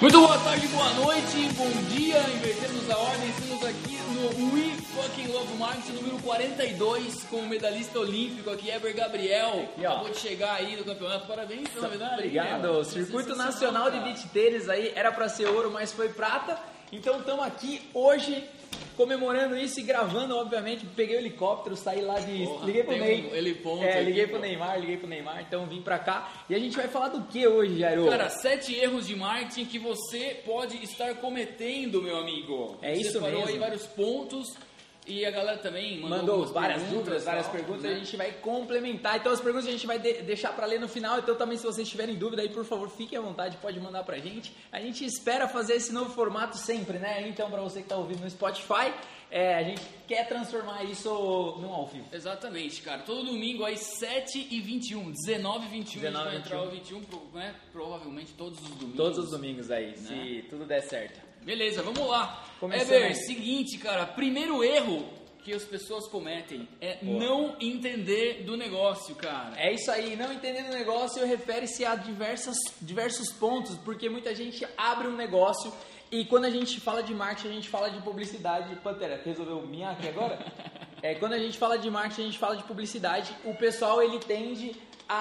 Muito boa tarde, boa noite, bom dia, invertemos a ordem, estamos aqui no We Fucking Love Marketing número 42 com o medalhista olímpico aqui, Eber Gabriel, acabou de chegar aí no campeonato, parabéns pela medalha. Obrigado, o Circuito Nacional de Beach Tênis aí era pra ser ouro, mas foi prata, então estamos aqui hoje comemorando isso e gravando, obviamente, peguei o helicóptero, saí lá de... liguei pro Neymar, então vim pra cá. E a gente vai falar do que hoje, Jairo? Cara, 7 erros de marketing que você pode estar cometendo, meu amigo. É isso mesmo. Você separou aí vários pontos e a galera também mandou várias dúvidas, várias perguntas, né? A gente vai complementar. Então as perguntas a gente vai deixar pra ler no final, então também se vocês tiverem dúvida aí, por favor, fiquem à vontade, pode mandar pra gente. A gente espera fazer esse novo formato sempre, né? Então pra você que tá ouvindo no Spotify, a gente quer transformar isso num ao vivo. Exatamente, cara. Todo domingo aí, 7h21, 19h21, vai entrar o 21, né? Provavelmente todos os domingos. Todos os domingos aí, né? Se tudo der certo. Beleza, vamos lá. Eber, seguinte, cara, primeiro erro que as pessoas cometem é não entender do negócio, cara. É isso aí, não entender do negócio refere-se a diversos pontos, porque muita gente abre um negócio e quando a gente fala de marketing, a gente fala de publicidade. Pantera, resolveu minha aqui agora? Quando a gente fala de marketing, a gente fala de publicidade, o pessoal ele tende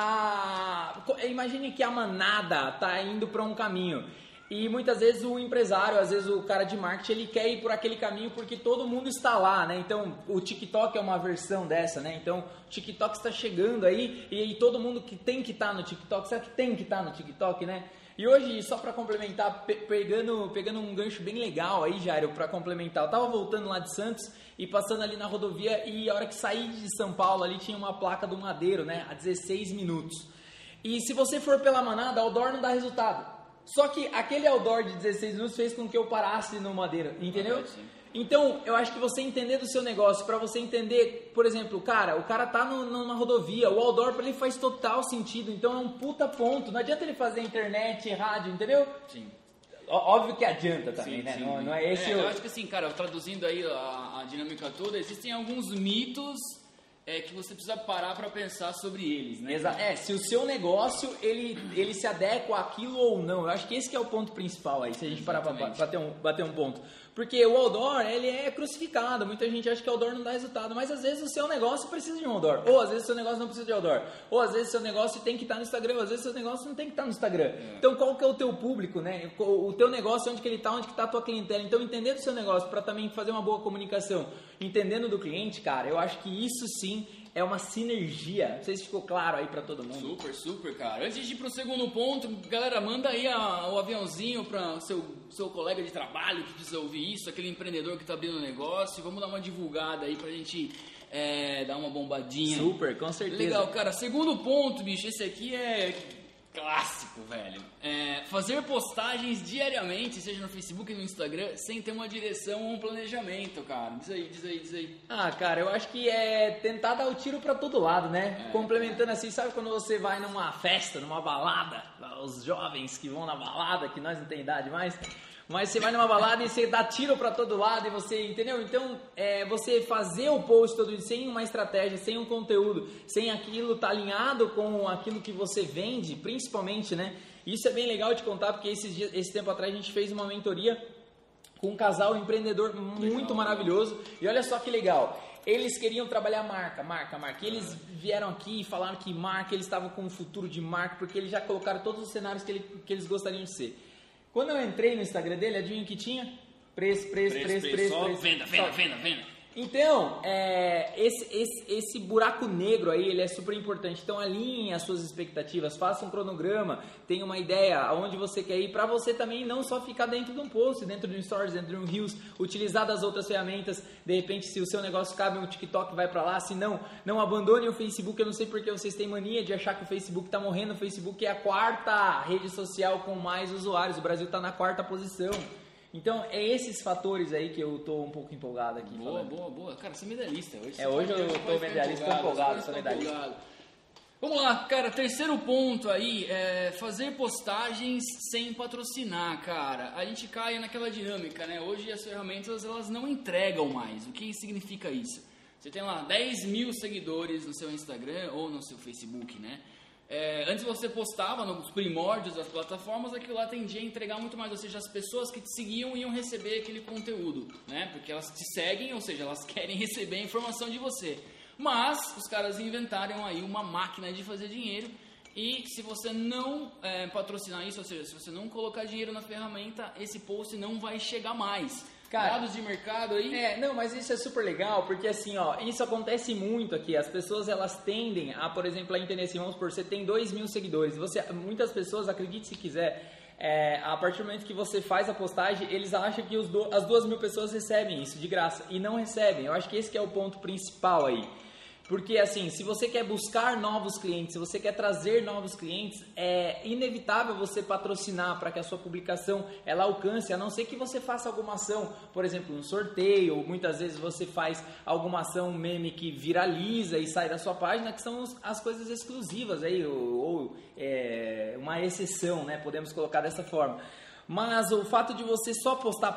a... Imagine que a manada tá indo para um caminho. E muitas vezes o empresário, às vezes o cara de marketing, ele quer ir por aquele caminho porque todo mundo está lá, né? Então, o TikTok é uma versão dessa, né? Então, o TikTok está chegando aí e todo mundo que tem que estar no TikTok, será que tem que estar no TikTok, né? E hoje, só para complementar, pegando um gancho bem legal aí, Jairo, para complementar, eu tava voltando lá de Santos e passando ali na rodovia e a hora que saí de São Paulo ali tinha uma placa do Madeiro, né? A 16 minutos. E se você for pela manada, o outdoor não dá resultado. Só que aquele outdoor de 16 minutos fez com que eu parasse no Madeira, entendeu? Então, eu acho que você entender do seu negócio, para você entender, por exemplo, o cara tá numa rodovia, o outdoor para ele faz total sentido, então é um puta ponto, não adianta ele fazer internet, rádio, entendeu? Sim. Óbvio que adianta também, né? Sim. Não é esse eu acho que assim, cara, traduzindo aí a dinâmica toda, existem alguns mitos que você precisa parar para pensar sobre eles, né? Se o seu negócio, ele se adequa àquilo ou não. Eu acho que esse que é o ponto principal aí, se a gente parar para bater um ponto. Porque o outdoor, ele é crucificado. Muita gente acha que o outdoor não dá resultado. Mas às vezes o seu negócio precisa de um outdoor. Ou às vezes o seu negócio não precisa de outdoor. Ou às vezes o seu negócio tem que estar no Instagram. Ou às vezes o seu negócio não tem que estar no Instagram. Então qual que é o teu público, né? O teu negócio, onde que ele está, onde que está a tua clientela. Então entender do seu negócio para também fazer uma boa comunicação. Entendendo do cliente, cara, eu acho que isso sim é uma sinergia. Não sei se ficou claro aí pra todo mundo. Super, cara. Antes de ir pro segundo ponto, galera, manda aí o aviãozinho pra seu colega de trabalho que precisa ouvir isso, aquele empreendedor que tá abrindo negócio. Vamos dar uma divulgada aí pra gente dar uma bombadinha. Super, com certeza. Legal, cara. Segundo ponto, bicho, esse aqui é clássico, velho. Fazer postagens diariamente, seja no Facebook e no Instagram, sem ter uma direção ou um planejamento, cara. Diz aí. Ah, cara, eu acho que é tentar dar o tiro pra todo lado, né? Complementando assim, sabe quando você vai numa festa, numa balada, os jovens que vão na balada, que nós não tem idade mais... Mas você vai numa balada e você dá tiro pra todo lado e você, entendeu? Então, você fazer o post todo dia sem uma estratégia, sem um conteúdo, sem aquilo tá alinhado com aquilo que você vende, principalmente, né? Isso é bem legal de contar, porque esse tempo atrás a gente fez uma mentoria com um casal empreendedor muito maravilhoso. E olha só que legal. Eles queriam trabalhar marca. E eles vieram aqui e falaram que marca, eles estavam com um futuro de marca, porque eles já colocaram todos os cenários que eles gostariam de ser. Quando eu entrei no Instagram dele, adivinha o que tinha? Preço. Venda. Então, esse buraco negro aí, ele é super importante. Então, alinhe as suas expectativas, faça um cronograma, tenha uma ideia aonde você quer ir, para você também não só ficar dentro de um post, dentro de um stories, dentro de um reels, utilizar das outras ferramentas. De repente, se o seu negócio cabe, um TikTok vai para lá. Se não abandone o Facebook. Eu não sei porque vocês têm mania de achar que o Facebook tá morrendo. O Facebook é a 4ª rede social com mais usuários. O Brasil tá na 4ª posição. Então, é esses fatores aí que eu tô um pouco empolgado aqui. Boa. Cara, você é medalhista hoje. Hoje eu tô medalhista, tô empolgado, sou medalhista. Vamos lá, cara, terceiro ponto aí, fazer postagens sem patrocinar, cara. A gente cai naquela dinâmica, né? Hoje as ferramentas, elas não entregam mais. O que significa isso? Você tem lá 10 mil seguidores no seu Instagram ou no seu Facebook, né? Antes você postava nos primórdios das plataformas, aquilo lá tendia a entregar muito mais, ou seja, as pessoas que te seguiam iam receber aquele conteúdo, né? Porque elas te seguem, ou seja, elas querem receber a informação de você. Mas os caras inventaram aí uma máquina de fazer dinheiro, e se você não patrocinar isso, ou seja, se você não colocar dinheiro na ferramenta, esse post não vai chegar mais. Cara, dados de mercado aí... Não, mas isso é super legal, porque assim, ó, isso acontece muito aqui, as pessoas, elas tendem a, por exemplo, a entender assim, vamos supor, você tem 2.000 seguidores, muitas pessoas, acredite se quiser, a partir do momento que você faz a postagem, eles acham que as 2.000 pessoas recebem isso de graça, e não recebem. Eu acho que esse que é o ponto principal aí. Porque assim, se você quer buscar novos clientes, se você quer trazer novos clientes, é inevitável você patrocinar para que a sua publicação ela alcance, a não ser que você faça alguma ação, por exemplo, um sorteio, ou muitas vezes você faz alguma ação, um meme que viraliza e sai da sua página, que são as coisas exclusivas aí, ou uma exceção, né? Podemos colocar dessa forma. Mas o fato de você só postar,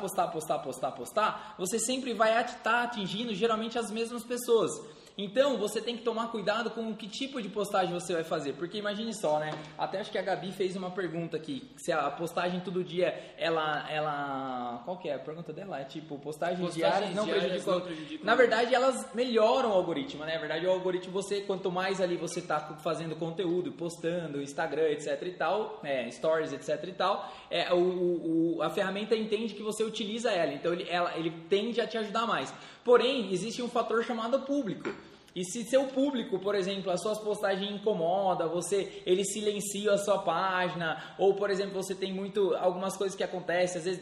você sempre vai estar atingindo geralmente as mesmas pessoas. Então, você tem que tomar cuidado com que tipo de postagem você vai fazer. Porque imagine só, né? Até acho que a Gabi fez uma pergunta aqui. Se a postagem todo dia, ela... Qual que é a pergunta dela? É tipo, postagens diárias não prejudicam. Na verdade, elas melhoram o algoritmo, né? Na verdade, o algoritmo, quanto mais ali você está fazendo conteúdo, postando, Instagram, etc e tal, stories, etc e tal, a ferramenta entende que você utiliza ela. Então, ele tende a te ajudar mais. Porém, existe um fator chamado público. E se seu público, por exemplo, as suas postagens incomodam, ele silencia a sua página, ou, por exemplo, você tem algumas coisas que acontecem, às vezes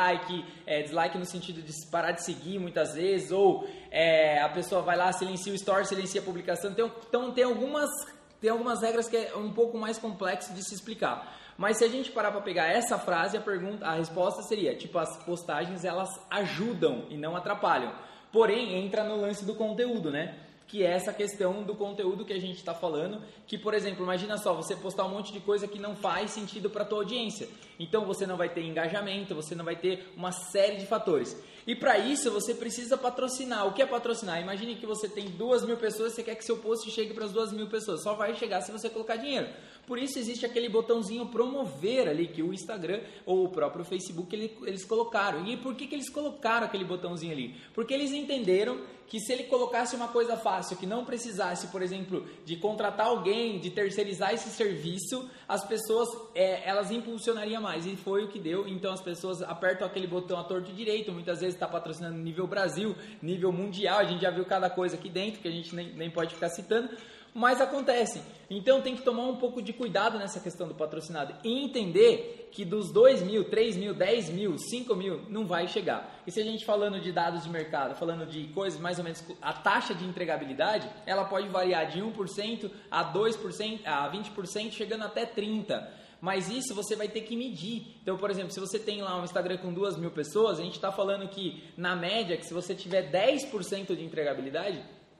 dislike no sentido de parar de seguir muitas vezes, ou a pessoa vai lá, silencia o story, silencia a publicação. Então tem algumas regras que é um pouco mais complexo de se explicar. Mas se a gente parar para pegar essa frase, a resposta seria, tipo, as postagens elas ajudam e não atrapalham. Porém, entra no lance do conteúdo, né? Que é essa questão do conteúdo que a gente está falando, que, por exemplo, imagina só, você postar um monte de coisa que não faz sentido para a tua audiência. Então, você não vai ter engajamento, você não vai ter uma série de fatores. E para isso, você precisa patrocinar. O que é patrocinar? Imagine que você tem 2.000 pessoas, você quer que seu post chegue para as 2.000 pessoas. Só vai chegar se você colocar dinheiro. Por isso, existe aquele botãozinho promover ali, que o Instagram ou o próprio Facebook, eles colocaram. E por que eles colocaram aquele botãozinho ali? Porque eles entenderam que se ele colocasse uma coisa fácil, que não precisasse, por exemplo, de contratar alguém, de terceirizar esse serviço, as pessoas, elas impulsionariam mais. E foi o que deu. Então, as pessoas apertam aquele botão à torto e direito. Muitas vezes está patrocinando nível Brasil, nível mundial. A gente já viu cada coisa aqui dentro, que a gente nem pode ficar citando. Mas acontece. Então tem que tomar um pouco de cuidado nessa questão do patrocinado e entender que dos 2.000, 3.000, 10.000, 5.000 não vai chegar. E se a gente falando de dados de mercado, falando de coisas mais ou menos, a taxa de entregabilidade, ela pode variar de 1% a 2%, a 20%, chegando até 30%. Mas isso você vai ter que medir. Então, por exemplo, se você tem lá um Instagram com 2.000 pessoas, a gente está falando que na média, que se você tiver 10% de entregabilidade,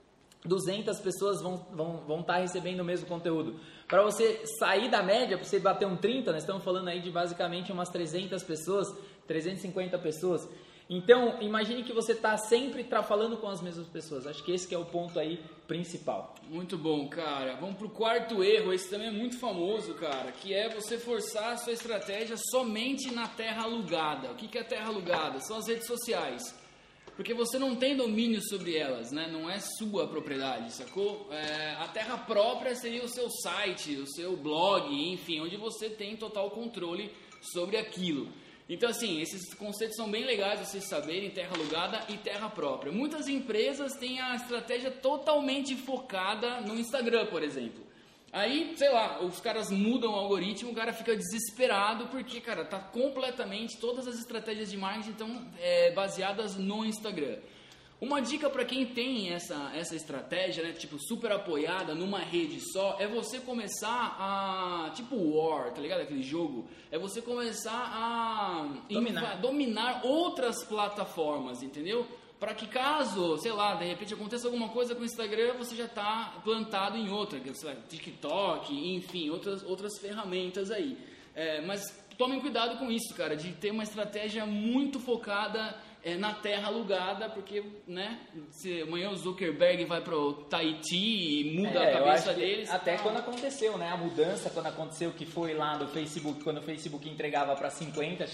200 pessoas vão estar recebendo o mesmo conteúdo. Para você sair da média, para você bater um 30, nós estamos falando aí de basicamente umas 300 pessoas, 350 pessoas. Então, imagine que você está sempre falando com as mesmas pessoas. Acho que esse que é o ponto aí principal. Muito bom, cara. Vamos pro quarto erro, esse também é muito famoso, cara, que é você forçar a sua estratégia somente na terra alugada. O que é terra alugada? São as redes sociais. Porque você não tem domínio sobre elas, né? Não é sua propriedade, sacou? A terra própria seria o seu site, o seu blog, enfim, onde você tem total controle sobre aquilo. Então, assim, esses conceitos são bem legais vocês saberem, terra alugada e terra própria. Muitas empresas têm a estratégia totalmente focada no Instagram, por exemplo. Aí, sei lá, os caras mudam o algoritmo, o cara fica desesperado porque, cara, tá completamente, todas as estratégias de marketing estão baseadas no Instagram. Uma dica para quem tem essa estratégia, né, tipo, super apoiada numa rede só, é você começar tipo War, tá ligado? Aquele jogo. É você começar a dominar outras plataformas, entendeu? Para que caso, sei lá, de repente aconteça alguma coisa com o Instagram, você já está plantado em outra, sei lá, TikTok, enfim, outras ferramentas aí. Mas tomem cuidado com isso, cara, de ter uma estratégia muito focada na terra alugada, porque, né, se amanhã o Zuckerberg vai pro Tahiti e muda a cabeça deles. Até quando aconteceu, né, a mudança, quando aconteceu que foi lá do Facebook, quando o Facebook entregava para 50%,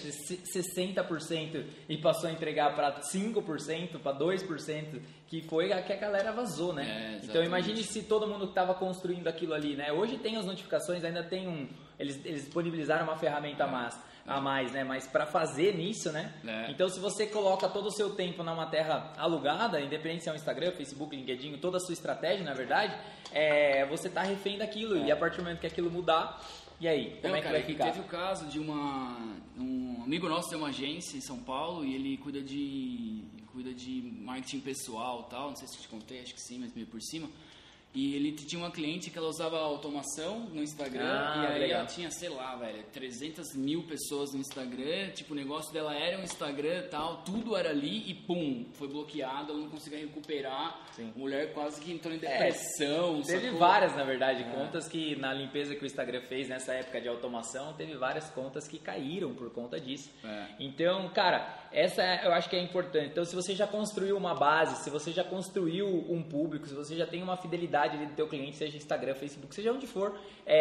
60% e passou a entregar para 5%, para 2%, que foi a que a galera vazou, né? Então imagine se todo mundo estava construindo aquilo ali, né? Hoje tem as notificações, ainda tem eles disponibilizaram uma ferramenta a mais, né? Mas para fazer nisso, né? Então se você coloca todo o seu tempo numa terra alugada, independente se é um Instagram, Facebook, LinkedIn, toda a sua estratégia, na verdade, você tá refém daquilo. E a partir do momento que aquilo mudar, e aí? Como é que vai ficar? Teve o caso de um amigo nosso tem uma agência em São Paulo e ele cuida de marketing pessoal e tal, não sei se eu te contei, acho que sim, mas meio por cima. E ele tinha uma cliente que ela usava automação no Instagram e aí legal. ela tinha, sei lá, velho, 300 mil pessoas no Instagram, tipo, o negócio dela era um Instagram e tal, tudo era ali e pum, foi bloqueado, ela não conseguia recuperar. Sim. A mulher quase que entrou em depressão. Teve sacou? várias, na verdade, contas que na limpeza que o Instagram fez nessa época de automação, teve várias contas que caíram por conta disso. Então, cara, essa eu acho que é importante. Então, se você já construiu uma base, se você já construiu um público, se você já tem uma fidelidade ali do teu cliente, seja Instagram, Facebook, seja onde for,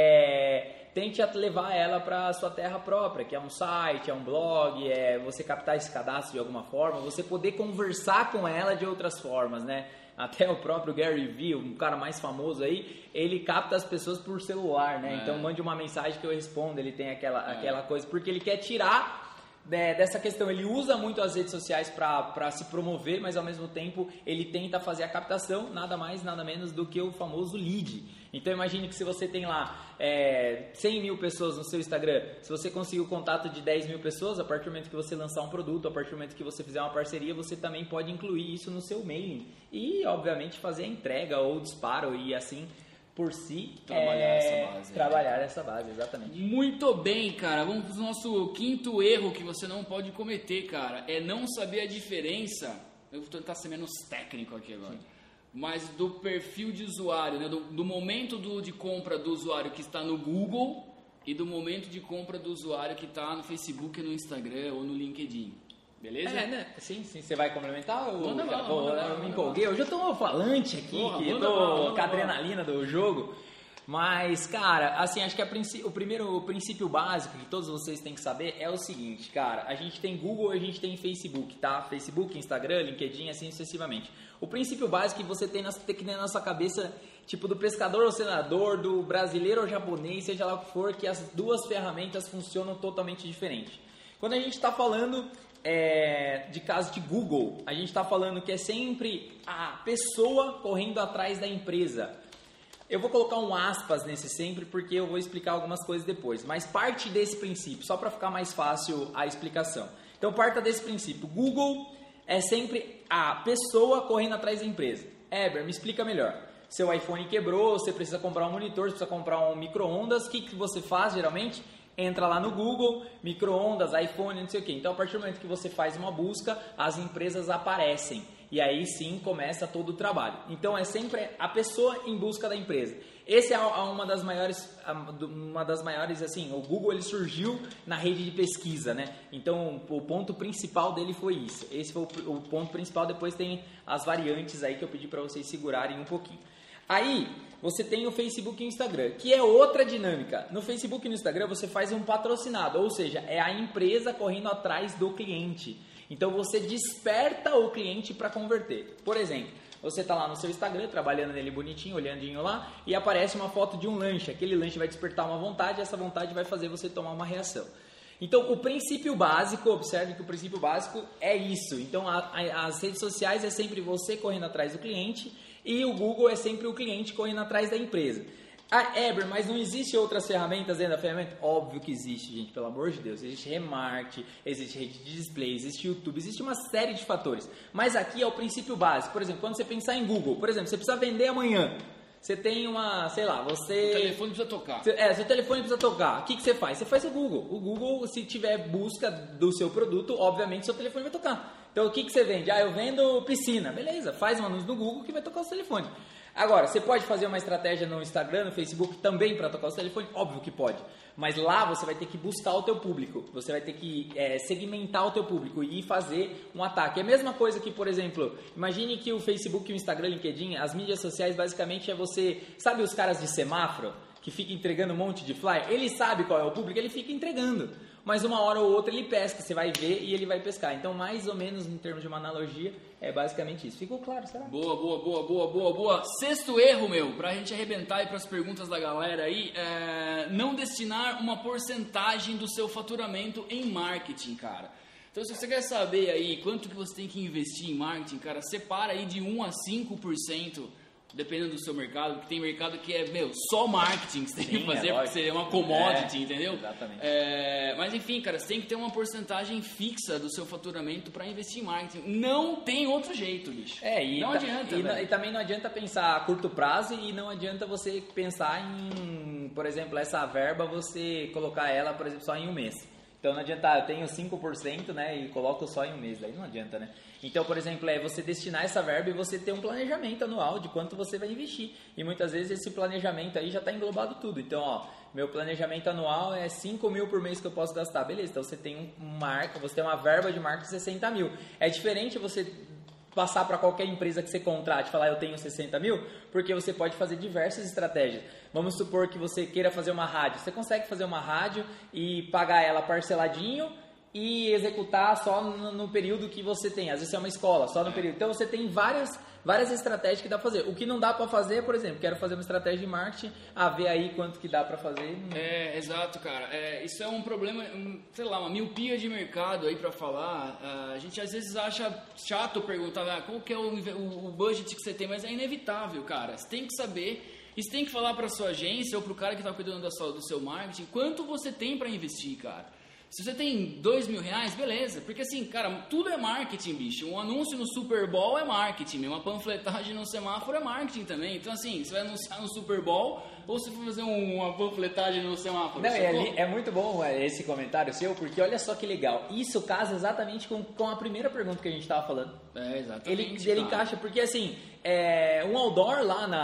tente levar ela para a sua terra própria, que é um site, é um blog, você captar esse cadastro de alguma forma, você poder conversar com ela de outras formas, né? Até o próprio Gary Vee, um cara mais famoso aí, ele capta as pessoas por celular, né? Então mande uma mensagem que eu respondo, ele tem aquela coisa, porque ele quer tirar dessa questão. Ele usa muito as redes sociais para se promover, mas ao mesmo tempo ele tenta fazer a captação, nada mais, nada menos do que o famoso lead. Então imagine que se você tem lá 100 mil pessoas no seu Instagram, se você conseguir o contato de 10 mil pessoas, a partir do momento que você lançar um produto, a partir do momento que você fizer uma parceria, você também pode incluir isso no seu mailing e obviamente fazer a entrega ou disparo e assim por si trabalhar essa base, exatamente. Muito bem, cara. Vamos pro nosso quinto erro que você não pode cometer, cara. É não saber a diferença. Eu vou tentar ser menos técnico aqui agora. Sim. Mas do perfil de usuário, né? do momento de compra do usuário que está no Google e do momento de compra do usuário que está no Facebook, no Instagram ou no LinkedIn. Beleza? Né? Sim, você vai complementar? Eu me empolguei. Hoje eu tô falante aqui, eu tô com a adrenalina do jogo. Mas, cara, assim, acho que o princípio básico que todos vocês têm que saber é o seguinte, cara. A gente tem Google e a gente tem Facebook, tá? Facebook, Instagram, LinkedIn, assim sucessivamente. O princípio básico que você tem que ter na sua cabeça, tipo do pescador ao senador, do brasileiro ao japonês, seja lá o que for, que as duas ferramentas funcionam totalmente diferente. Quando a gente está falando de caso de Google, a gente está falando que é sempre a pessoa correndo atrás da empresa. Eu vou colocar um aspas nesse sempre porque eu vou explicar algumas coisas depois, mas parte desse princípio, só para ficar mais fácil a explicação. Então parta desse princípio, Google é sempre a pessoa correndo atrás da empresa. Eber, me explica melhor. Seu iPhone quebrou, você precisa comprar um monitor, você precisa comprar um micro-ondas, o que você faz geralmente? Entra lá no Google, micro-ondas, iPhone, não sei o que. Então, a partir do momento que você faz uma busca, as empresas aparecem. E aí sim começa todo o trabalho. Então, é sempre a pessoa em busca da empresa. Esse é uma das maiores, assim, o Google ele surgiu na rede de pesquisa, né? Então, o ponto principal dele foi isso. Esse foi o ponto principal, depois tem as variantes aí que eu pedi para vocês segurarem um pouquinho. Aí, você tem o Facebook e o Instagram, que é outra dinâmica. No Facebook e no Instagram, você faz um patrocinado, ou seja, é a empresa correndo atrás do cliente. Então, você desperta o cliente para converter. Por exemplo, você está lá no seu Instagram, trabalhando nele bonitinho, olhandinho lá, e aparece uma foto de um lanche. Aquele lanche vai despertar uma vontade, e essa vontade vai fazer você tomar uma reação. Então, o princípio básico, observe que o princípio básico é isso. Então, as redes sociais é sempre você correndo atrás do cliente e o Google é sempre o cliente correndo atrás da empresa. Eber, mas não existe outras ferramentas dentro da ferramenta? Óbvio que existe, gente, pelo amor de Deus. Existe remarketing, existe rede de display, existe YouTube, existe uma série de fatores. Mas aqui é o princípio básico. Por exemplo, quando você pensar em Google, por exemplo, você precisa vender amanhã. Você tem uma, sei lá, você... O telefone precisa tocar. Seu telefone precisa tocar. O que você faz? Você faz o Google. O Google, se tiver busca do seu produto, obviamente seu telefone vai tocar. Então, o que você vende? Eu vendo piscina. Beleza, faz um anúncio no Google que vai tocar o seu telefone. Agora, você pode fazer uma estratégia no Instagram, no Facebook também para tocar o telefone? Óbvio que pode. Mas lá você vai ter que buscar o teu público. Você vai ter que segmentar o teu público e fazer um ataque. É a mesma coisa que, por exemplo, imagine que o Facebook, o Instagram, o LinkedIn, as mídias sociais basicamente é você... Sabe os caras de semáforo que fica entregando um monte de flyer? Ele sabe qual é o público, ele fica entregando. Mas uma hora ou outra ele pesca, você vai ver e ele vai pescar. Então, mais ou menos, em termos de uma analogia, é basicamente isso. Ficou claro, será? Boa. Sexto erro, pra gente arrebentar aí pras perguntas da galera aí, não destinar uma porcentagem do seu faturamento em marketing, cara. Então, se você quer saber aí quanto que você tem que investir em marketing, cara, separa aí de 1 a 5%. Dependendo do seu mercado, porque tem mercado que é, só marketing que você tem que fazer, porque seria uma commodity, entendeu? Exatamente. Mas enfim, cara, você tem que ter uma porcentagem fixa do seu faturamento para investir em marketing. Não tem outro jeito, bicho. Não adianta, e também não adianta pensar a curto prazo e não adianta você pensar em, por exemplo, essa verba, você colocar ela, por exemplo, só em um mês. Então não adianta, eu tenho 5%, né, e coloco só em um mês, daí não adianta, né? Então, por exemplo, é você destinar essa verba e você ter um planejamento anual de quanto você vai investir. E muitas vezes esse planejamento aí já está englobado tudo. Então, meu planejamento anual é 5 mil por mês que eu posso gastar. Beleza, então você tem você tem uma verba de marketing de 60 mil. É diferente você passar para qualquer empresa que você contrate e falar eu tenho 60 mil, porque você pode fazer diversas estratégias. Vamos supor que você queira fazer uma rádio. Você consegue fazer uma rádio e pagar ela parceladinho e executar só no período que você tem. Às vezes é uma escola, só no período. Então você tem várias estratégias que dá pra fazer. O que não dá pra fazer, por exemplo, quero fazer uma estratégia de marketing, ver aí quanto que dá pra fazer. Exato, cara. Isso é um problema, sei lá, uma miopia de mercado aí pra falar. A gente às vezes acha chato perguntar qual que é o budget que você tem, mas é inevitável, cara. Você tem que saber. E você tem que falar pra sua agência ou pro cara que tá cuidando do seu marketing quanto você tem pra investir, cara. Se você tem R$2.000, beleza. Porque assim, cara, tudo é marketing, bicho. Um anúncio no Super Bowl é marketing. Uma panfletagem no semáforo é marketing também. Então assim, você vai anunciar no Super Bowl ou você vai fazer uma panfletagem no semáforo? Não, é muito bom esse comentário seu, porque olha só que legal. Isso casa exatamente com a primeira pergunta que a gente estava falando. Exatamente. Ele encaixa, porque assim, um outdoor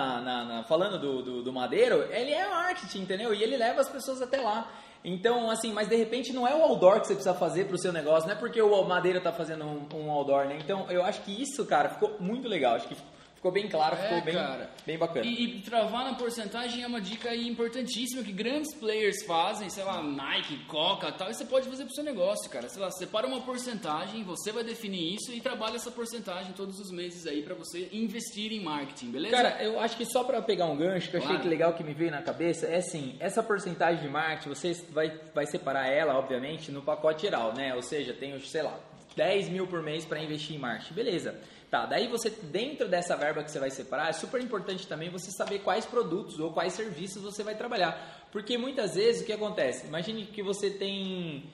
lá falando do Madeiro, ele é marketing, entendeu? E ele leva as pessoas até lá. Então, assim, mas de repente não é o outdoor que você precisa fazer pro seu negócio, não é porque o Madeira tá fazendo um outdoor, né? Então, eu acho que isso, cara, ficou muito legal. Acho que ficou bem claro, ficou bem bacana. E travar na porcentagem é uma dica aí importantíssima que grandes players fazem, sei lá, Nike, Coca e tal, e você pode fazer pro seu negócio, cara. Sei lá, separa uma porcentagem, você vai definir isso e trabalha essa porcentagem todos os meses aí pra você investir em marketing, beleza? Cara, eu acho que só pra pegar um gancho, que eu achei que legal que me veio na cabeça, é assim, essa porcentagem de marketing, você vai separar ela, obviamente, no pacote geral, né? Ou seja, tem, sei lá, 10 mil por mês pra investir em marketing, beleza. Tá, daí você, dentro dessa verba que você vai separar, é super importante também você saber quais produtos ou quais serviços você vai trabalhar. Porque muitas vezes o que acontece? Imagine que você tem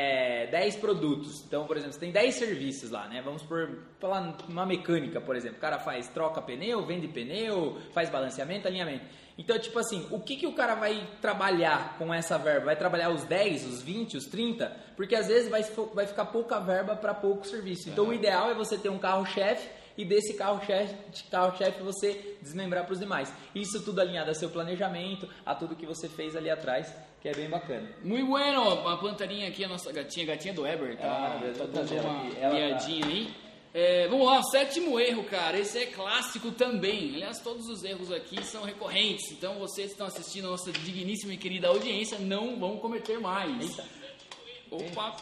10 produtos. Então, por exemplo, você tem 10 serviços lá, né? Vamos falar uma mecânica, por exemplo. O cara troca pneu, vende pneu, faz balanceamento, alinhamento. Então, tipo assim, o que o cara vai trabalhar com essa verba? Vai trabalhar os 10, os 20, os 30? Porque às vezes vai ficar pouca verba para pouco serviço. Então, o ideal é você ter um carro-chefe e desse carro-chefe você desmembrar para os demais. Isso tudo alinhado a seu planejamento, a tudo que você fez ali atrás, que é bem bacana. Muito bueno! A plantarinha aqui, a nossa gatinha do Weber, tá dando uma piadinha aí. Vamos lá, o 7º erro, cara. Esse é clássico também. Aliás, todos os erros aqui são recorrentes. Então, vocês que estão assistindo a nossa digníssima e querida audiência não vão cometer mais. Eita. Opa!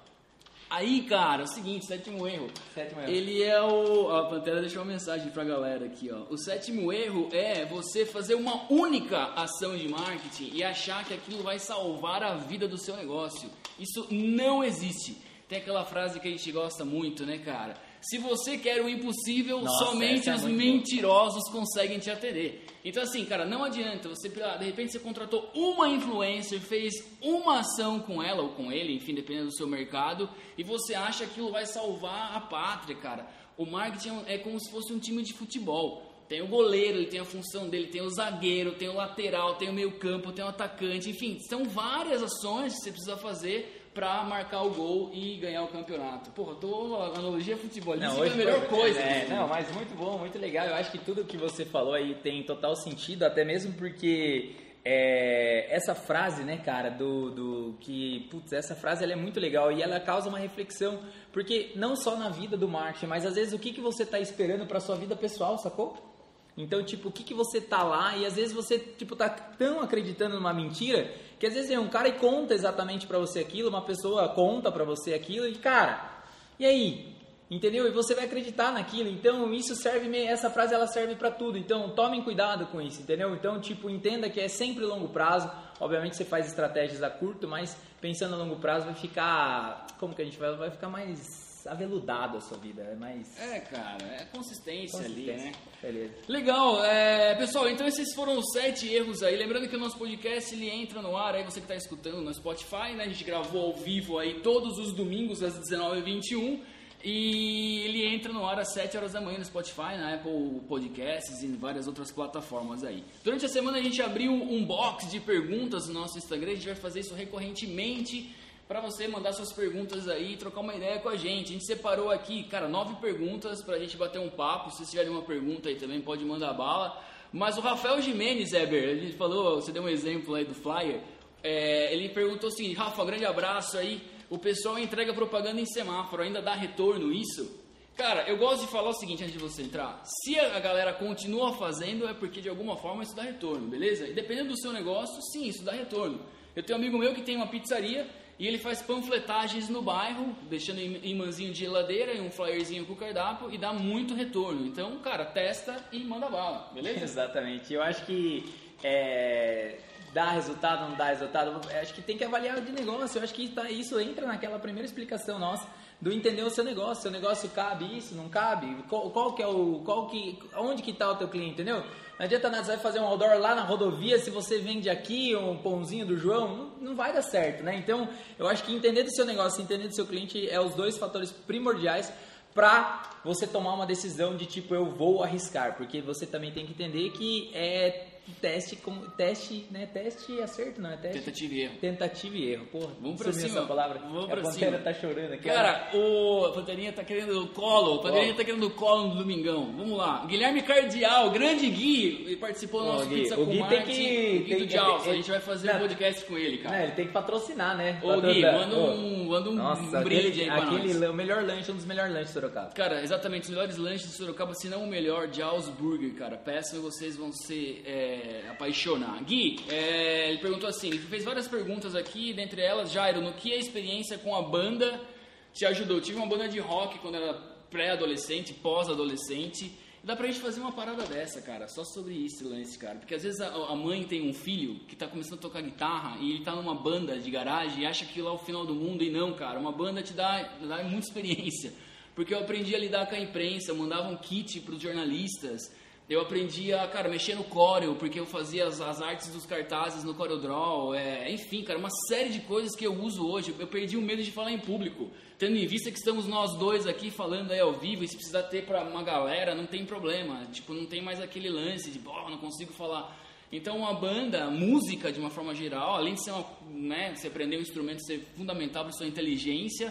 Aí, cara, é o seguinte, 7º erro. Ele é a Pantera deixou uma mensagem pra galera aqui, ó. O 7º erro é você fazer uma única ação de marketing e achar que aquilo vai salvar a vida do seu negócio. Isso não existe. Tem aquela frase que a gente gosta muito, né, cara? Se você quer o impossível, somente os mentirosos conseguem te atender. Então assim, cara, não adianta. Você, de repente você contratou uma influencer, fez uma ação com ela ou com ele, enfim, dependendo do seu mercado, e você acha que aquilo vai salvar a pátria, cara. O marketing é como se fosse um time de futebol. Tem o goleiro, ele tem a função dele, tem o zagueiro, tem o lateral, tem o meio campo, tem o atacante, enfim, são várias ações que você precisa fazer pra marcar o gol e ganhar o campeonato. Porra, analogia futebolística Não, é a melhor coisa. Não, mas muito bom, muito legal. Eu acho que tudo que você falou aí tem total sentido, até mesmo porque essa frase, né, cara, essa frase ela é muito legal e ela causa uma reflexão, porque não só na vida do marketing, mas às vezes o que você tá esperando pra sua vida pessoal, sacou? Então, tipo, o que você tá lá e às vezes você, tipo, tá tão acreditando numa mentira que às vezes um cara conta exatamente pra você aquilo, uma pessoa conta pra você aquilo e, cara, e aí? Entendeu? E você vai acreditar naquilo. Então, essa frase ela serve pra tudo. Então, tomem cuidado com isso, entendeu? Então, tipo, entenda que é sempre longo prazo. Obviamente você faz estratégias a curto, mas pensando a longo prazo vai ficar, como que a gente vai ficar mais aveludado a sua vida, é mais... cara, é consistência ali, né? Beleza. Legal, pessoal, então esses foram os 7 erros aí, lembrando que o nosso podcast, ele entra no ar, aí você que está escutando no Spotify, né, a gente gravou ao vivo aí todos os domingos às 19h21, e ele entra no ar às 7 horas da manhã no Spotify, na Apple Podcasts e em várias outras plataformas aí. Durante a semana a gente abriu um box de perguntas no nosso Instagram, a gente vai fazer isso recorrentemente, para você mandar suas perguntas aí e trocar uma ideia com a gente. A gente separou aqui, cara, 9 perguntas pra gente bater um papo. Se vocês tiverem uma pergunta aí também, pode mandar bala. Mas o Rafael Jimenez, Eber, ele falou, você deu um exemplo aí do flyer, ele perguntou assim, Rafa, grande abraço aí, o pessoal entrega propaganda em semáforo, ainda dá retorno isso? Cara, eu gosto de falar o seguinte antes de você entrar, se a galera continua fazendo é porque de alguma forma isso dá retorno, beleza? E dependendo do seu negócio, sim, isso dá retorno. Eu tenho um amigo meu que tem uma pizzaria, e ele faz panfletagens no bairro, deixando imãzinho de geladeira e um flyerzinho com o cardápio e dá muito retorno. Então, cara, testa e manda bala, beleza? Exatamente. Eu acho que dá resultado ou não dá resultado, eu acho que tem que avaliar de negócio. Eu acho que isso entra naquela primeira explicação nossa do entender o seu negócio. Seu negócio cabe isso, não cabe? Onde que está o teu cliente, entendeu? Não adianta nada, você vai fazer um outdoor lá na rodovia, se você vende aqui um pãozinho do João, não vai dar certo, né? Então, eu acho que entender do seu negócio, entender do seu cliente é os 2 fatores primordiais para você tomar uma decisão de tipo, eu vou arriscar, porque você também tem que entender que teste e acerto, não é teste? Tentativa e erro. Porra, vamos pra cima. Essa palavra. Vamos pra cima. A Pantera tá chorando aqui. Cara, a Panterinha tá querendo o colo. Tá querendo o colo no domingão. Vamos lá. Guilherme Cardial, grande Gui, ele participou do nosso Pizza com Marketing. O Gui do Jaws. A gente vai fazer um podcast com ele, cara. Ele tem que patrocinar, né? Ô Gui, manda um brinde aí pra nós. O melhor lanche, um dos melhores lanches de Sorocaba. Cara, exatamente, os melhores lanches de Sorocaba, se não o melhor, Jaws Burger, cara. Peçam e vocês vão ser apaixonar. Gui, ele perguntou assim, ele fez várias perguntas aqui, dentre elas, Jairo, no que a experiência com a banda te ajudou? Eu tive uma banda de rock quando era pré-adolescente, pós-adolescente, e dá pra gente fazer uma parada dessa, cara, só sobre isso, lance, cara, porque às vezes a mãe tem um filho que tá começando a tocar guitarra e ele tá numa banda de garagem e acha que lá é o final do mundo, e não, cara, uma banda te dá muita experiência, porque eu aprendi a lidar com a imprensa, eu mandava um kit pros jornalistas. Eu aprendi a, mexer no Corel, porque eu fazia as artes dos cartazes no CorelDRAW, enfim, cara, uma série de coisas que eu uso hoje. Eu perdi o medo de falar em público, tendo em vista que estamos nós dois aqui falando aí ao vivo, e se precisar ter pra uma galera, não tem problema, tipo, não tem mais aquele lance de, não consigo falar. Então, uma banda, música de uma forma geral, além de ser você aprender um instrumento, ser fundamental para sua inteligência,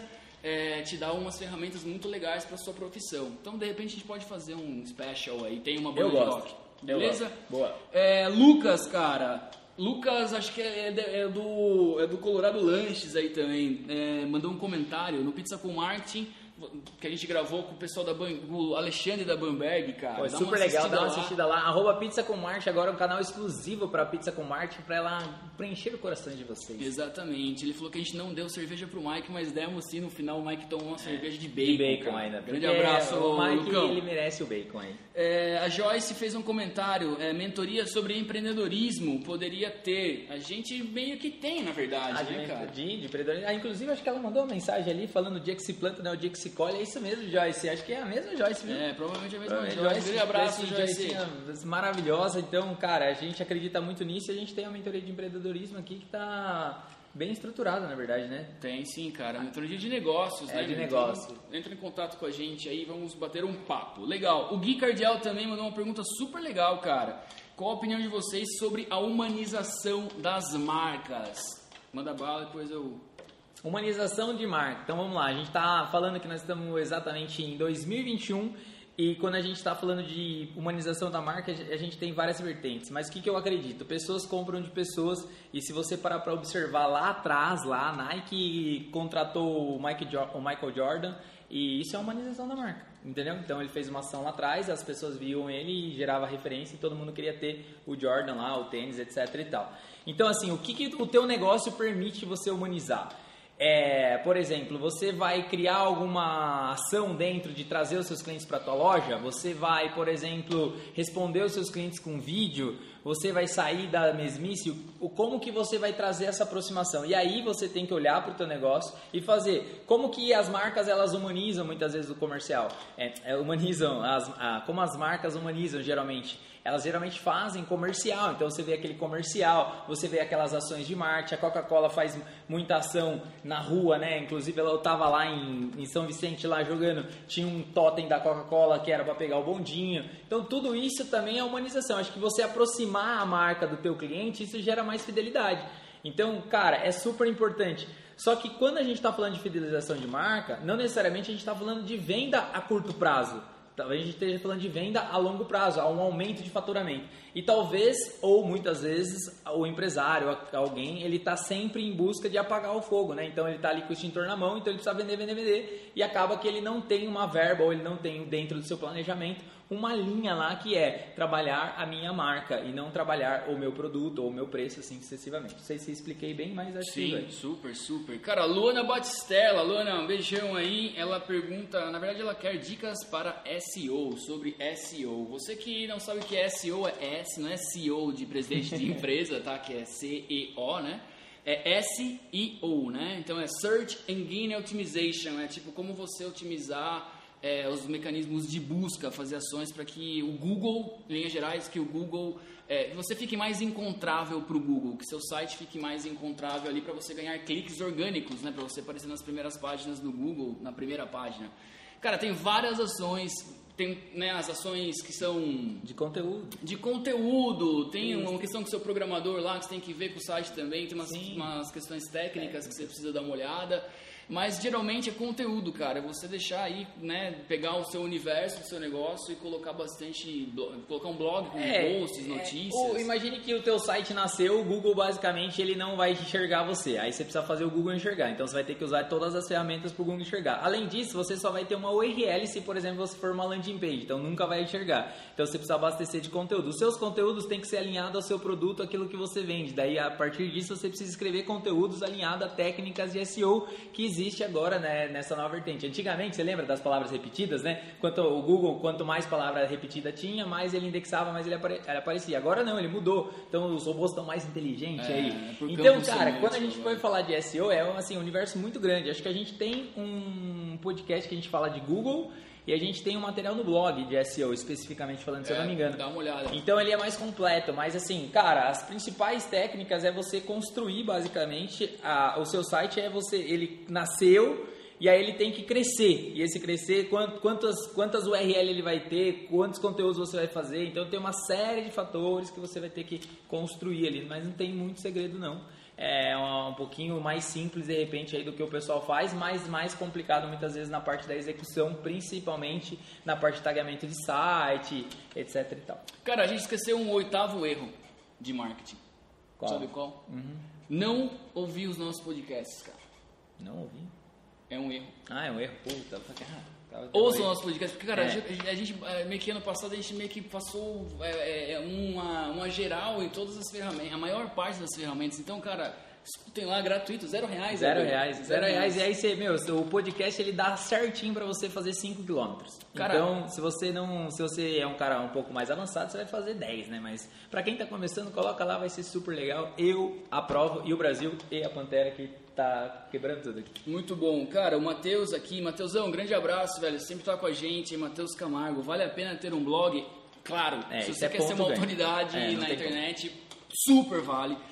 te dá umas ferramentas muito legais para sua profissão. Então, de repente, a gente pode fazer um special aí. Tem uma banda de rock. Beleza? Boa. Lucas, cara. Lucas, acho que é do Colorado Lanches aí também. Mandou um comentário no Pizza com Marketing, que a gente gravou com o pessoal o Alexandre da Bamberg, cara. Foi super legal, dá uma assistida lá. @Pizza com Marketing, agora é um canal exclusivo para Pizza com Marketing, para ela preencher o coração de vocês. Exatamente. Ele falou que a gente não deu cerveja pro Mike, mas demos sim, no final o Mike tomou uma cerveja de bacon ainda. Grande abraço, o Mike, Lucão. Ele merece o bacon aí. A Joyce fez um comentário, mentoria sobre empreendedorismo, poderia ter. A gente meio que tem, na verdade, né, cara? De empreendedorismo. Inclusive, acho que ela mandou uma mensagem ali, falando o dia que se planta, não é o dia que se colhe. É isso mesmo, Joyce. Acho que é a mesma Joyce, viu? Provavelmente é a mesma Joyce. Grande abraço, Joyce. Maravilhosa. Então, cara, a gente acredita muito nisso e a gente tem a mentoria de empreendedorismo aqui que tá bem estruturada, na verdade, né? Tem sim, cara. Mentoria de negócios, né? De negócio. Entra em contato com a gente aí, vamos bater um papo. Legal. O Gui Cardial também mandou uma pergunta super legal, cara. Qual a opinião de vocês sobre a humanização das marcas? Manda bala, depois eu Humanização de marca. Então vamos lá, a gente está falando que nós estamos exatamente em 2021 e quando a gente está falando de humanização da marca, a gente tem várias vertentes. Mas o que eu acredito? Pessoas compram de pessoas e se você parar para observar lá atrás, lá a Nike contratou o Michael Jordan e isso é a humanização da marca, entendeu? Então ele fez uma ação lá atrás, as pessoas viam ele e gerava referência e todo mundo queria ter o Jordan lá, o tênis, etc e tal. Então assim, o que o teu negócio permite você humanizar? Por exemplo, você vai criar alguma ação dentro de trazer os seus clientes para a tua loja? Você vai, por exemplo, responder os seus clientes com vídeo? Você vai sair da mesmice? Como que você vai trazer essa aproximação? E aí você tem que olhar para o teu negócio e fazer como que as marcas elas humanizam muitas vezes o comercial. Como as marcas humanizam geralmente. Elas geralmente fazem comercial, então você vê aquele comercial, você vê aquelas ações de marketing, a Coca-Cola faz muita ação na rua, né? Inclusive eu estava lá em São Vicente lá jogando, tinha um totem da Coca-Cola que era para pegar o bondinho. Então tudo isso também é humanização. Acho que você aproximar a marca do teu cliente, isso gera mais fidelidade. Então, cara, é super importante. Só que quando a gente está falando de fidelização de marca, não necessariamente a gente está falando de venda a curto prazo. Talvez a gente esteja falando de venda a longo prazo, a um aumento de faturamento. E talvez, ou muitas vezes, o empresário, alguém, ele está sempre em busca de apagar o fogo, né? Então ele está ali com o extintor na mão, então ele precisa vender, e acaba que ele não tem uma verba, ou ele não tem dentro do seu planejamento, uma linha lá que é trabalhar a minha marca e não trabalhar o meu produto ou o meu preço, assim, sucessivamente. Não sei se expliquei bem, mas acho que... Sim, super. Cara, a Luana Batistella, Luana, um beijão aí, ela pergunta, na verdade ela quer dicas para SEO, sobre SEO. Você que não sabe o que é SEO, é S, não é CEO de presidente de empresa, tá? Que é CEO, né? É SEO, né? Então é Search Engine Optimization, é tipo como você otimizar os mecanismos de busca, fazer ações para que o Google, em linhas gerais, que o Google, você fique mais encontrável para o Google, que seu site fique mais encontrável ali para você ganhar cliques orgânicos, né? Para você aparecer nas primeiras páginas do Google, na primeira página. Cara, tem várias ações, tem, né, as ações que são... De conteúdo. Tem uma questão com o seu programador lá, que você tem que ver com o site também, tem umas questões técnicas que você precisa dar uma olhada. Mas geralmente é conteúdo, cara. Você deixar aí, né, pegar o seu universo do seu negócio e colocar colocar um blog com posts, notícias. Imagine que o teu site nasceu, o Google basicamente ele não vai enxergar você. Aí você precisa fazer o Google enxergar. Então você vai ter que usar todas as ferramentas para o Google enxergar. Além disso, você só vai ter uma URL se, por exemplo, você for uma landing page. Então nunca vai enxergar. Então você precisa abastecer de conteúdo. Os seus conteúdos têm que ser alinhados ao seu produto, aquilo que você vende. Daí a partir disso você precisa escrever conteúdos alinhados a técnicas de SEO que existe agora, né, nessa nova vertente. Antigamente, você lembra das palavras repetidas, né? O Google, quanto mais palavra repetida tinha, mais ele indexava, mais ele aparecia. Agora não, ele mudou. Então os robôs estão mais inteligentes aí. Então, cara, quando a gente for falar de SEO, é assim, um universo muito grande. Acho que a gente tem um podcast que a gente fala de Google e a gente tem um material no blog de SEO, especificamente falando, se eu não me engano. Dá uma olhada. Então ele é mais completo, mas assim, cara, as principais técnicas é você construir basicamente o seu site, ele nasceu e aí ele tem que crescer. E esse crescer, quantas URL ele vai ter, quantos conteúdos você vai fazer. Então tem uma série de fatores que você vai ter que construir ali, mas não tem muito segredo não. É um pouquinho mais simples, de repente, aí do que o pessoal faz, mas mais complicado muitas vezes na parte da execução, principalmente na parte de tagamento de site, etc e tal. Cara, a gente esqueceu um 8º erro de marketing. Qual? Sabe qual? Não ouvir os nossos podcasts, cara. Não ouvi? É um erro. Ah, é um erro? Puta, ouça o nosso podcast, porque, cara, a gente meio que ano passado a gente meio que passou uma geral em todas as ferramentas, a maior parte das ferramentas. Então, cara, escutem lá, gratuito, R$0. R$0. E aí você, o podcast ele dá certinho pra você fazer 5 km. Então, se você é um cara um pouco mais avançado, você vai fazer 10, né? Mas pra quem tá começando, coloca lá, vai ser super legal. Eu aprovo, e o Brasil e a Pantera que tá quebrando tudo aqui. Muito bom. Cara, o Matheus aqui. Matheusão, um grande abraço, velho. Sempre tá com a gente. Matheus Camargo. Vale a pena ter um blog? Claro. Se você quer ser uma autoridade na internet, super vale.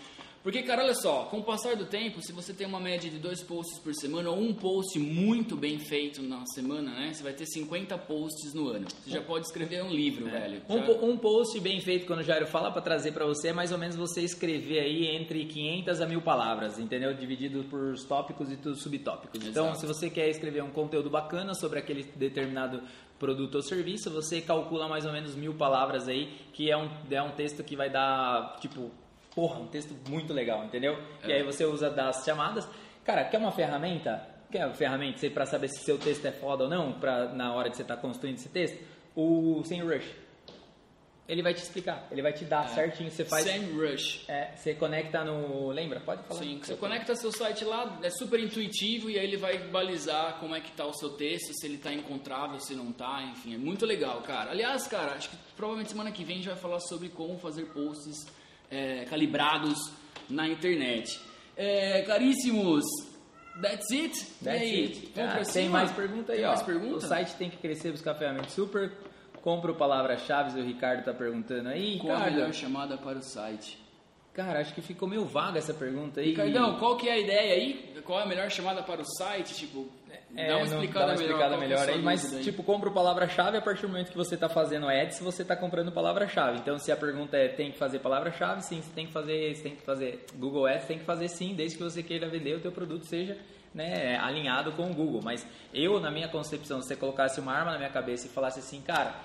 Porque, cara, olha só, com o passar do tempo, se você tem uma média de 2 posts por semana ou um post muito bem feito na semana, né? Você vai ter 50 posts no ano. Você já pode escrever um livro, velho. Um post bem feito, quando o Jairo fala para trazer para você, é mais ou menos você escrever aí entre 500 a 1000 palavras, entendeu? Dividido por tópicos e subtópicos. Exato. Então, se você quer escrever um conteúdo bacana sobre aquele determinado produto ou serviço, você calcula mais ou menos 1000 palavras aí, que é um texto que vai dar, tipo... Porra, um texto muito legal, entendeu? E aí você usa das chamadas. Cara, quer uma ferramenta? Quer uma ferramenta para saber se seu texto é foda ou não, na hora de você estar construindo esse texto? O SEMrush. Ele vai te explicar, ele vai te dar certinho. Você faz. SEMrush. Você conecta no. Lembra? Pode falar. Sim, você conecta seu site lá, é super intuitivo e aí ele vai balizar como é que tá o seu texto, se ele tá encontrável, se não tá, enfim, é muito legal, cara. Aliás, cara, acho que provavelmente semana que vem a gente vai falar sobre como fazer posts calibrados na internet. Caríssimos, that's it? Vamos pra cima? Tem mais pergunta aí, tem ó. Mais pergunta? O site tem que crescer, buscar ferramentas super. Compra o palavra-chave, o Ricardo tá perguntando aí. Qual a melhor chamada para o site? Cara, acho que ficou meio vaga essa pergunta aí. Ricardão, qual que é a ideia aí? Qual é a melhor chamada para o site? Tipo, dá uma explicada melhor aí. Mas, tipo, compra o palavra-chave a partir do momento que você está fazendo ads, você está comprando palavra-chave. Então, se a pergunta é, tem que fazer palavra-chave? Sim, você tem que fazer Google Ads, tem que fazer sim, desde que você queira vender o teu produto, seja... Né, alinhado com o Google. Mas eu, na minha concepção, se você colocasse uma arma na minha cabeça e falasse assim, cara,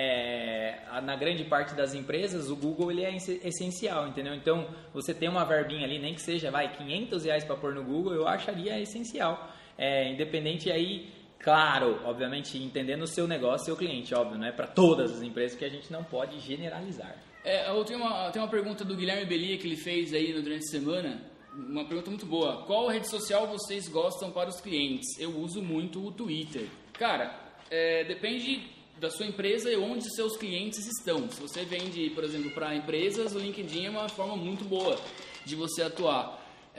na grande parte das empresas o Google ele é essencial, entendeu? Então você tem uma verbinha ali, nem que seja R$500 para pôr no Google, eu acharia essencial, independente aí, claro, obviamente entendendo o seu negócio, seu cliente, óbvio, não é para todas as empresas, que a gente não pode generalizar. Eu tenho uma pergunta do Guilherme Belia que ele fez aí durante a semana. Uma pergunta muito boa. Qual rede social vocês gostam para os clientes? Eu uso muito o Twitter. Cara, depende da sua empresa e onde seus clientes estão. Se você vende, por exemplo, para empresas, o LinkedIn é uma forma muito boa de você atuar.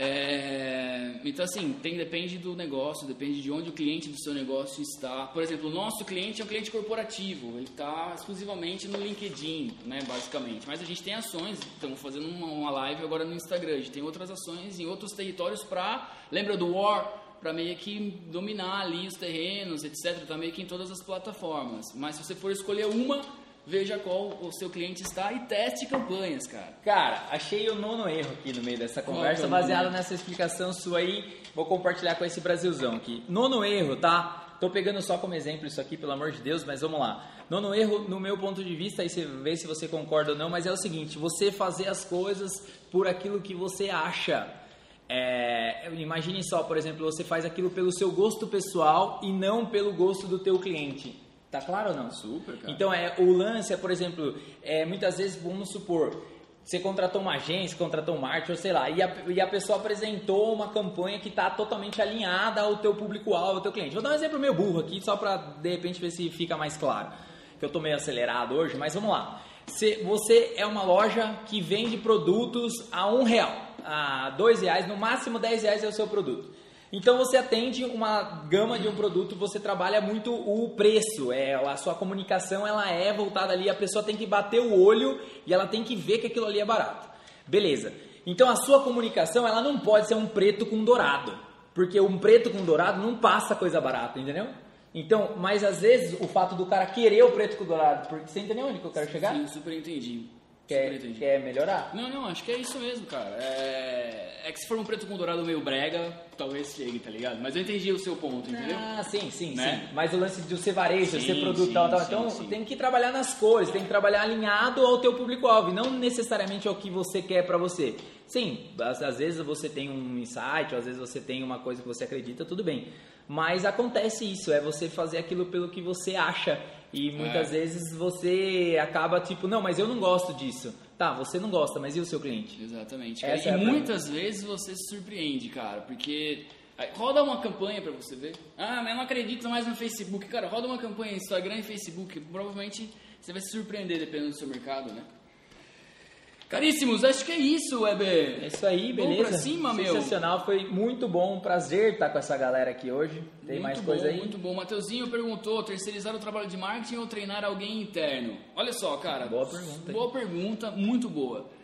Então, assim, depende do negócio, depende de onde o cliente do seu negócio está. Por exemplo, o nosso cliente é um cliente corporativo, ele está exclusivamente no LinkedIn, né, basicamente. Mas a gente tem ações, estamos fazendo uma live agora no Instagram, a gente tem outras ações em outros territórios lembra do War? Para meio que dominar ali os terrenos, etc. Está meio que em todas as plataformas. Mas se você for escolher uma, veja qual o seu cliente está e teste campanhas, cara. Cara, achei o 9º erro aqui no meio dessa conversa, baseado nessa explicação sua aí. Vou compartilhar com esse Brasilzão aqui. 9º erro, tá? Tô pegando só como exemplo isso aqui, pelo amor de Deus, mas vamos lá. 9º erro, no meu ponto de vista, aí você vê se você concorda ou não, mas é o seguinte, você fazer as coisas por aquilo que você acha. Imagine só, por exemplo, você faz aquilo pelo seu gosto pessoal e não pelo gosto do teu cliente. Tá claro ou não? Super, cara. Então, o lance é, por exemplo, muitas vezes, vamos supor, você contratou uma agência, contratou um marketing, ou sei lá, e a pessoa apresentou uma campanha que está totalmente alinhada ao teu público-alvo, ao teu cliente. Vou dar um exemplo meio burro aqui, só para, de repente, ver se fica mais claro. Que eu tô meio acelerado hoje, mas vamos lá. Você é uma loja que vende produtos a R$1, a R$2, no máximo R$10 é o seu produto. Então você atende uma gama de um produto, você trabalha muito o preço, a sua comunicação ela é voltada ali, a pessoa tem que bater o olho e ela tem que ver que aquilo ali é barato. Beleza. Então a sua comunicação ela não pode ser um preto com dourado, porque um preto com dourado não passa coisa barata, entendeu? Então, mas às vezes o fato do cara querer o preto com dourado, porque você entendeu onde que eu quero chegar? Sim, super entendi. Quer melhorar? Não, acho que é isso mesmo, cara. Que se for um preto com dourado meio brega, talvez chegue, tá ligado? Mas eu entendi o seu ponto, entendeu? Sim. Né? Mas o lance de ser varejo, ser produto tal. Então, tem que trabalhar nas cores, tem que trabalhar alinhado ao teu público-alvo, não necessariamente ao que você quer pra você. Sim, às vezes você tem um insight, ou às vezes você tem uma coisa que você acredita, tudo bem. Mas acontece isso, você fazer aquilo pelo que você acha. E muitas vezes você acaba tipo, não, mas eu não gosto disso. Tá, você não gosta, mas e o seu cliente? Exatamente. E muitas vezes você se surpreende, cara, porque roda uma campanha pra você ver. Mas eu não acredito mais no Facebook. Cara, roda uma campanha no Instagram e Facebook. Provavelmente você vai se surpreender dependendo do seu mercado, né? Caríssimos, acho que é isso, Weber. É isso aí, beleza? Vamos pra cima, meu. Sensacional, foi muito bom, um prazer estar com essa galera aqui hoje. Tem mais coisa aí? Muito bom. Mateuzinho perguntou, terceirizar o trabalho de marketing ou treinar alguém interno? Olha só, cara. Boa pergunta. Boa pergunta, muito boa.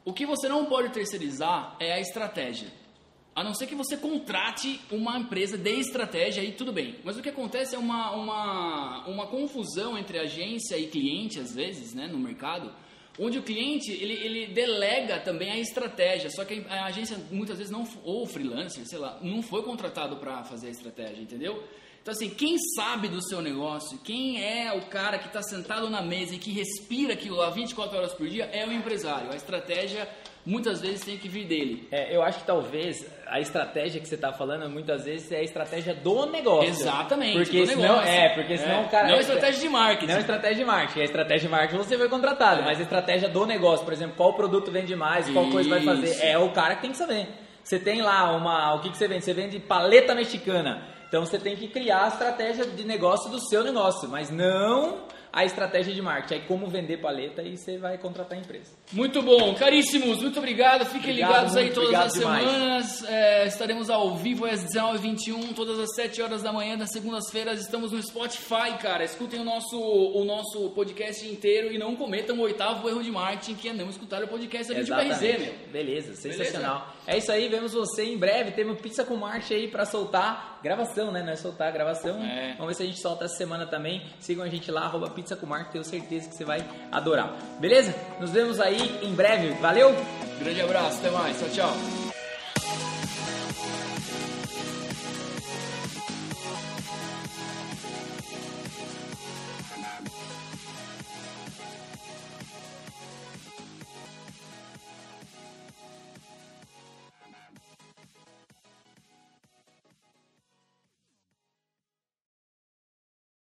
O que você não pode terceirizar é a estratégia. A não ser que você contrate uma empresa de estratégia, aí tudo bem. Mas o que acontece é uma confusão entre agência e cliente, às vezes, né, no mercado, onde o cliente, ele delega também a estratégia, só que a agência, muitas vezes, não, ou o freelancer, sei lá, não foi contratado para fazer a estratégia, entendeu? Então, assim, quem sabe do seu negócio, quem é o cara que está sentado na mesa e que respira aquilo lá 24 horas por dia, é o empresário. A estratégia, muitas vezes, tem que vir dele. Eu acho que talvez a estratégia que você está falando, muitas vezes, é a estratégia do negócio. Exatamente, porque do senão, negócio. Porque senão o cara... Não é estratégia de marketing. Não é estratégia de marketing. A estratégia de marketing você foi contratado, mas a estratégia do negócio, por exemplo, qual produto vende mais, qual coisa vai fazer, é o cara que tem que saber. Você tem lá o que você vende? Você vende paleta mexicana. Então você tem que criar a estratégia de negócio do seu negócio, mas não a estratégia de marketing. Aí como vender paleta e você vai contratar a empresa. Muito bom, caríssimos, muito obrigado. Fiquem ligados aí todas as semanas. Estaremos ao vivo às 19h21, todas as 7 horas da manhã das segundas-feiras. Estamos no Spotify, cara. Escutem o nosso podcast inteiro e não cometam o 8º erro de marketing, que é não escutar o podcast da BRZ, meu. Beleza, sensacional. É isso aí, vemos você em breve. Temos Pizza com Marketing aí pra soltar. Gravação, né? Não é soltar, gravação. Vamos ver se a gente solta essa semana também. Sigam a gente lá, @Pizza com Marketing. Tenho certeza que você vai adorar. Beleza? Nos vemos aí em breve. Valeu! Grande abraço, até mais. Tchau, tchau.